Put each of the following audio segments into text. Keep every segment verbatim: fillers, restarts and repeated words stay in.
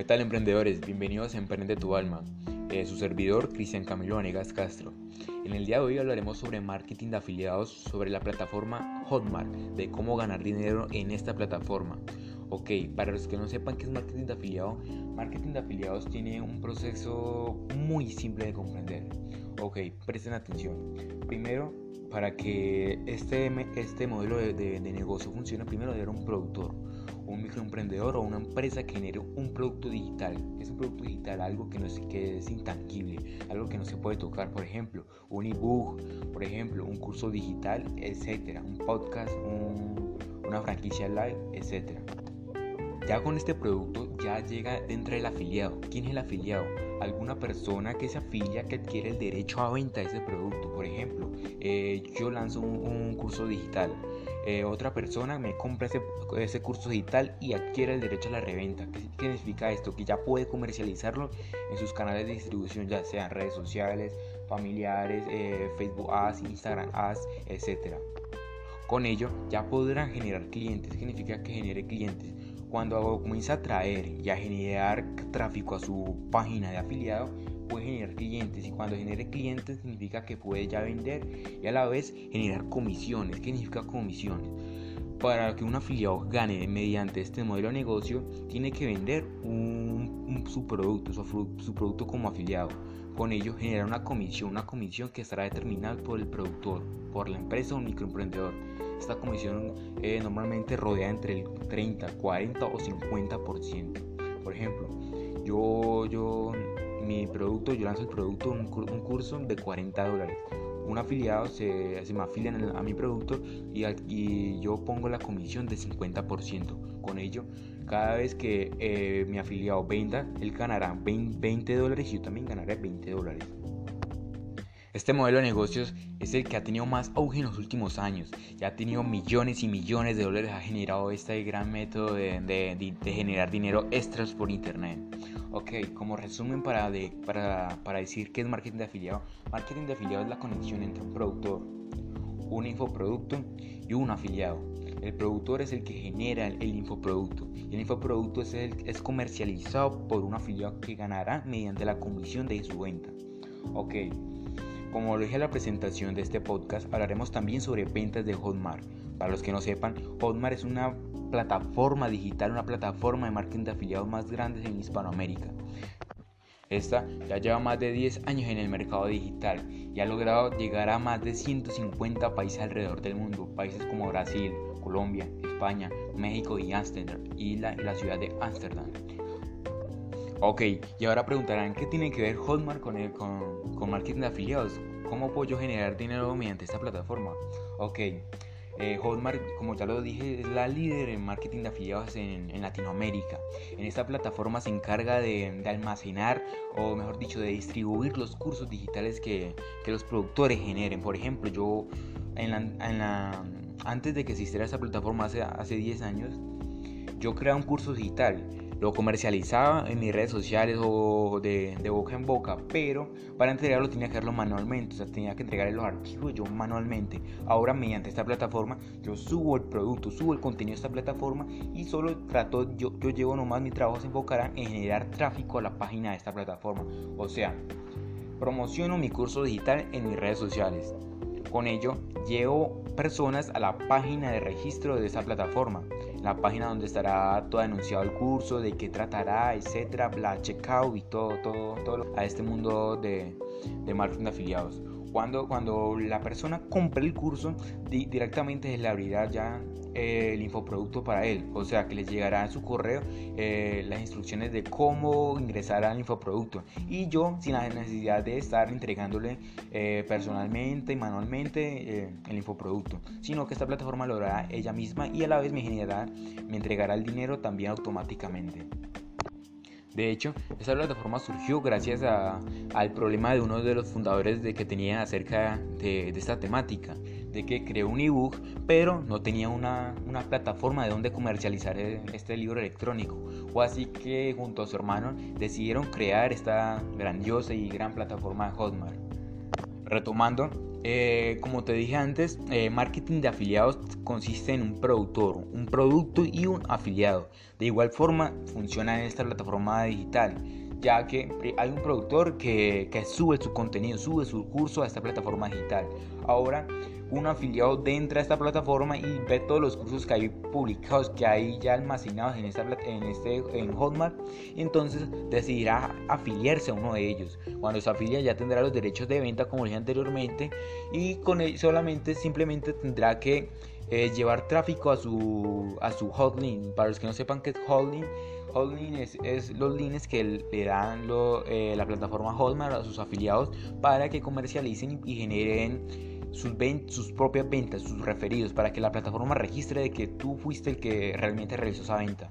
¿Qué tal, emprendedores? Bienvenidos a Emprende tu Alma. Eh, su servidor, Cristian Camilo Vanegas Castro. En el día de hoy hablaremos sobre marketing de afiliados, sobre la plataforma Hotmart, de cómo ganar dinero en esta plataforma. Ok, para los que no sepan qué es marketing de afiliado, marketing de afiliados tiene un proceso muy simple de comprender. Ok, presten atención. Primero, para que este, este modelo de, de, de negocio funcione, primero debe haber un productor, un microemprendedor o una empresa que genere un producto digital. Es un producto digital, algo que, no es, que es intangible, algo que no se puede tocar. Por ejemplo, un ebook, por ejemplo, un curso digital, etcétera. Un podcast, un, una franquicia live, etcétera. Ya con este producto ya llega dentro del afiliado. ¿Quién es el afiliado? Alguna persona que se afilia, que adquiere el derecho a venta de ese producto. Por ejemplo, eh, yo lanzo un, un curso digital, eh, otra persona me compra ese, ese curso digital y adquiere el derecho a la reventa. ¿Qué, qué significa esto? Que ya puede comercializarlo en sus canales de distribución, ya sean redes sociales, familiares, eh, Facebook Ads, Instagram Ads, etcétera. Con ello ya podrán generar clientes. ¿Qué significa que genere clientes? Cuando comienza a traer y a generar tráfico a su página de afiliado, puede generar clientes, y cuando genere clientes significa que puede ya vender y a la vez generar comisiones. ¿Qué significa comisiones? Para que un afiliado gane mediante este modelo de negocio, tiene que vender un, un, su producto, su, su producto como afiliado. Con ello generar una comisión, una comisión que estará determinada por el productor, por la empresa o el microemprendedor. Esta comisión eh, normalmente rodea entre el treinta, cuarenta o cincuenta por ciento. Por ejemplo, yo, yo, mi producto, yo lanzo el producto, un, un curso de cuarenta dólares. Un afiliado se, se me afilia a mi producto y, y yo pongo la comisión de cincuenta por ciento. Con ello, cada vez que eh, mi afiliado venda, él ganará veinte dólares y yo también ganaré veinte dólares. Este modelo de negocios es el que ha tenido más auge en los últimos años. Ya ha tenido millones y millones de dólares, ha generado este gran método de, de, de generar dinero extras por internet. Ok, como resumen para, de, para, para decir qué es marketing de afiliado. Marketing de afiliado es la conexión entre un productor, un infoproducto y un afiliado. El productor es el que genera el, el infoproducto y el infoproducto es, el, es comercializado por un afiliado que ganará mediante la comisión de su venta. Ok. Como lo dije en la presentación de este podcast, hablaremos también sobre ventas de Hotmart. Para los que no sepan, Hotmart es una plataforma digital, una plataforma de marketing de afiliados más grande en Hispanoamérica. Esta ya lleva más de diez años en el mercado digital y ha logrado llegar a más de ciento cincuenta países alrededor del mundo, países como Brasil, Colombia, España, México y Ámsterdam, y la, la ciudad de Ámsterdam. Ok, y ahora preguntarán qué tiene que ver Hotmart con, el, con, con marketing de afiliados. ¿Cómo puedo yo generar dinero mediante esta plataforma? Ok, eh, Hotmart, como ya lo dije, es la líder en marketing de afiliados en, en Latinoamérica. En esta plataforma se encarga de, de almacenar, o mejor dicho, de distribuir los cursos digitales que, que los productores generen. Por ejemplo, yo en la, en la, antes de que existiera esta plataforma hace, hace diez años, yo creaba un curso digital. Lo comercializaba en mis redes sociales o de, de boca en boca, pero para entregarlo tenía que hacerlo manualmente, o sea, tenía que entregar los archivos yo manualmente. Ahora, mediante esta plataforma, yo subo el producto, subo el contenido de esta plataforma y solo trato, yo, yo llevo nomás, mi trabajo se enfocará en generar tráfico a la página de esta plataforma. O sea, promociono mi curso digital en mis redes sociales. Con ello, llevo personas a la página de registro de esta plataforma, la página donde estará todo anunciado el curso, de qué tratará, etcétera, la checkout y todo, todo, todo a este mundo de, de marketing de afiliados. Cuando, cuando la persona compre el curso, di, directamente se le abrirá ya eh, el infoproducto para él, o sea que les llegará a su correo eh, las instrucciones de cómo ingresar al infoproducto, y yo sin la necesidad de estar entregándole eh, personalmente y manualmente eh, el infoproducto, sino que esta plataforma lo hará ella misma y a la vez me generará, me entregará el dinero también automáticamente. De hecho, esta plataforma surgió gracias a, al problema de uno de los fundadores de que tenía acerca de, de esta temática, de que creó un ebook, pero no tenía una, una plataforma de donde comercializar este libro electrónico. Fue así que junto a su hermano decidieron crear esta grandiosa y gran plataforma Hotmart. Retomando, Eh, como te dije antes, eh, marketing de afiliados consiste en un productor, un producto y un afiliado. De igual forma funciona en esta plataforma digital, ya que hay un productor que, que sube su contenido, sube su curso a esta plataforma digital. Ahora un afiliado entra a esta plataforma y ve todos los cursos que hay publicados, que hay ya almacenados en, esta, en, este, en Hotmart, y entonces decidirá afiliarse a uno de ellos. Cuando se afilia ya tendrá los derechos de venta, como dije anteriormente, y con él solamente simplemente tendrá que eh, llevar tráfico a su, a su hotlink. Para los que no sepan qué es hotlink, hotlink es, es los links que le dan lo, eh, la plataforma Hotmart a sus afiliados para que comercialicen y generen Sus, ven- sus propias ventas, sus referidos, para que la plataforma registre de que tú fuiste el que realmente realizó esa venta.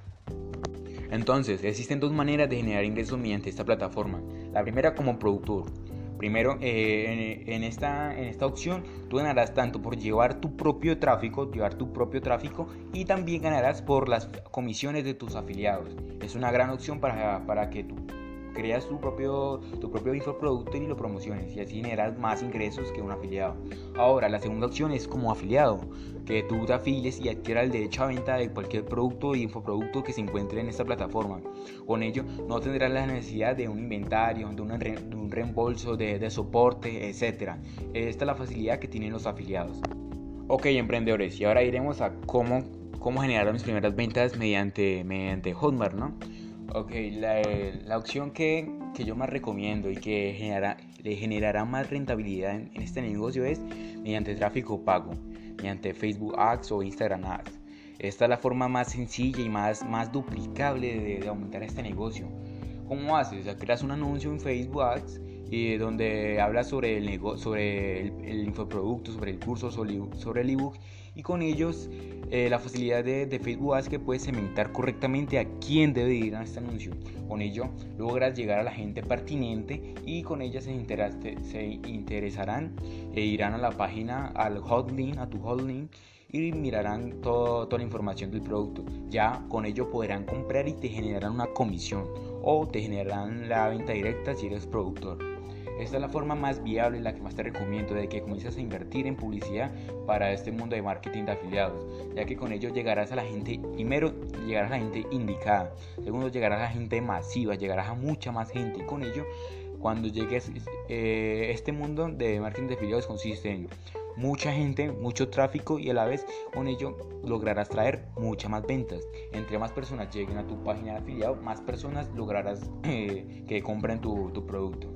Entonces, existen dos maneras de generar ingresos mediante esta plataforma. La primera, como productor. Primero, eh, en, en, esta, en esta opción tú ganarás tanto por llevar tu propio tráfico, llevar tu propio tráfico y también ganarás por las comisiones de tus afiliados. Es una gran opción para, para que tú creas tu propio, tu propio infoproducto y lo promociones, y así generas más ingresos que un afiliado. Ahora, la segunda opción es como afiliado, que tú te afilies y adquieras el derecho a venta de cualquier producto y infoproducto que se encuentre en esta plataforma. Con ello no tendrás la necesidad de un inventario, de, una, de un reembolso, de, de soporte, etcétera. Esta es la facilidad que tienen los afiliados. Ok, emprendedores, y ahora iremos a cómo, cómo generar mis primeras ventas mediante, mediante Hotmart, ¿no? Ok, la, la opción que, que yo más recomiendo y que generará, le generará más rentabilidad en, en este negocio es mediante tráfico pago, mediante Facebook Ads o Instagram Ads. Esta es la forma más sencilla y más, más duplicable de, de aumentar este negocio. ¿Cómo haces? O sea, creas un anuncio en Facebook Ads y donde hablas sobre el, nego- sobre el, el infoproducto, sobre el curso, sobre, sobre el ebook, y con ellos eh, la facilidad de, de Facebook Ads, que puedes segmentar correctamente a quién debe ir a este anuncio. Con ello logras llegar a la gente pertinente y con ella se, interaste, se interesarán e irán a la página, al hotlink, a tu hotlink, y mirarán todo, toda la información del producto. Ya con ello podrán comprar y te generarán una comisión o te generarán la venta directa si eres productor. Esta es la forma más viable, la que más te recomiendo, de que comiences a invertir en publicidad para este mundo de marketing de afiliados, ya que con ello llegarás a la gente, primero llegarás a la gente indicada, segundo llegarás a la gente masiva, llegarás a mucha más gente, y con ello cuando llegues, eh, este mundo de marketing de afiliados consiste en mucha gente, mucho tráfico, y a la vez con ello lograrás traer muchas más ventas. Entre más personas lleguen a tu página de afiliado, más personas lograrás eh, que compren tu, tu producto.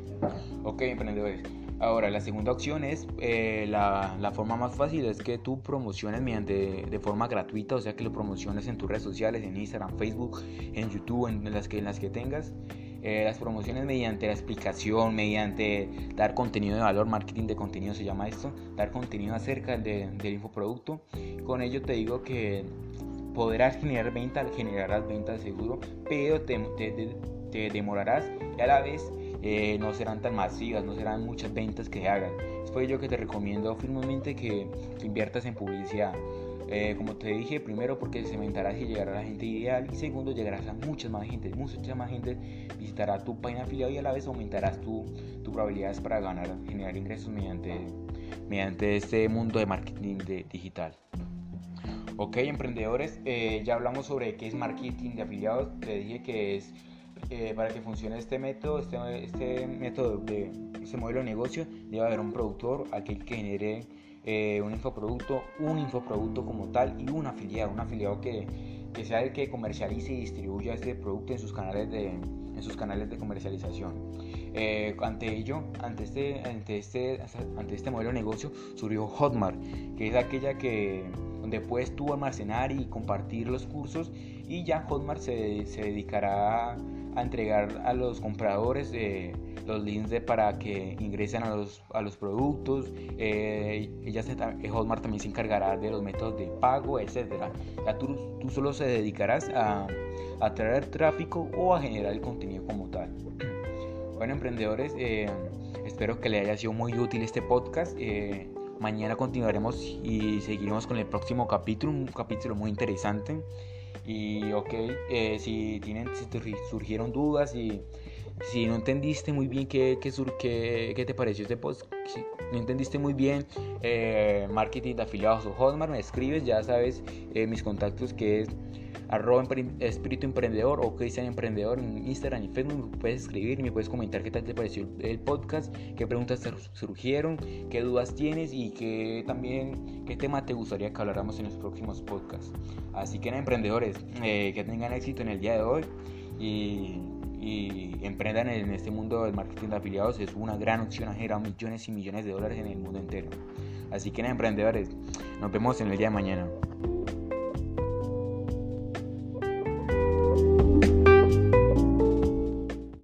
Ok, emprendedores. Ahora, la segunda opción es eh, la, la forma más fácil, es que tú promociones mediante de forma gratuita, o sea que lo promociones en tus redes sociales, en Instagram, Facebook, en YouTube, en las que, en las que tengas. Eh, las promociones mediante la explicación, mediante dar contenido de valor, marketing de contenido se llama esto, dar contenido acerca de, del infoproducto. Con ello te digo que podrás generar ventas, generarás ventas seguro, pero te, te, te demorarás y a la vez eh, no serán tan masivas, no serán muchas ventas que hagas. Es por ello que te recomiendo firmemente que, que inviertas en publicidad. Eh, como te dije, primero porque segmentarás y llegará a la gente ideal, y segundo llegarás a muchas más gente, mucha más gente visitará tu página de afiliado y a la vez aumentarás tu, tu probabilidades para ganar, generar ingresos mediante, mediante este mundo de marketing de, digital. Ok, emprendedores, eh, ya hablamos sobre qué es marketing de afiliados. Te dije que es eh, para que funcione este método, este, este método de este modelo de negocio, debe haber un productor, aquel que genere Eh, un infoproducto, un infoproducto como tal, y un afiliado, un afiliado que, que sea el que comercialice y distribuya este producto en sus canales de, en sus canales de comercialización. Eh, ante ello, ante este, ante, este, ante este modelo de negocio surgió Hotmart, que es aquella que, donde puedes tú almacenar y compartir los cursos, y ya Hotmart se, se dedicará a entregar a los compradores eh, los links de, para que ingresen a los, a los productos. Eh, ella se, Hotmart también se encargará de los métodos de pago, etcétera. Ya tú, tú solo se dedicarás a, a traer tráfico o a generar el contenido como tal. Bueno, emprendedores, eh, espero que les haya sido muy útil este podcast. Eh, mañana continuaremos y seguiremos con el próximo capítulo, un capítulo muy interesante. Y ok, eh, si tienen, si surgieron dudas y Si no entendiste muy bien qué, qué, sur, qué, qué te pareció este post, si no entendiste muy bien eh, marketing de afiliados o Hotmart, me escribes, ya sabes eh, mis contactos, que es arroba espíritu emprendedor o Cristian Emprendedor en Instagram y Facebook. Me puedes escribir y me puedes comentar qué tal te pareció el podcast, qué preguntas te surgieron, qué dudas tienes y qué también qué tema te gustaría que habláramos en los próximos podcasts. Así que nada, emprendedores, eh, que tengan éxito en el día de hoy y, y emprendan en este mundo del marketing de afiliados. Es una gran opción, ha generado millones y millones de dólares en el mundo entero. Así que nada, emprendedores, nos vemos en el día de mañana.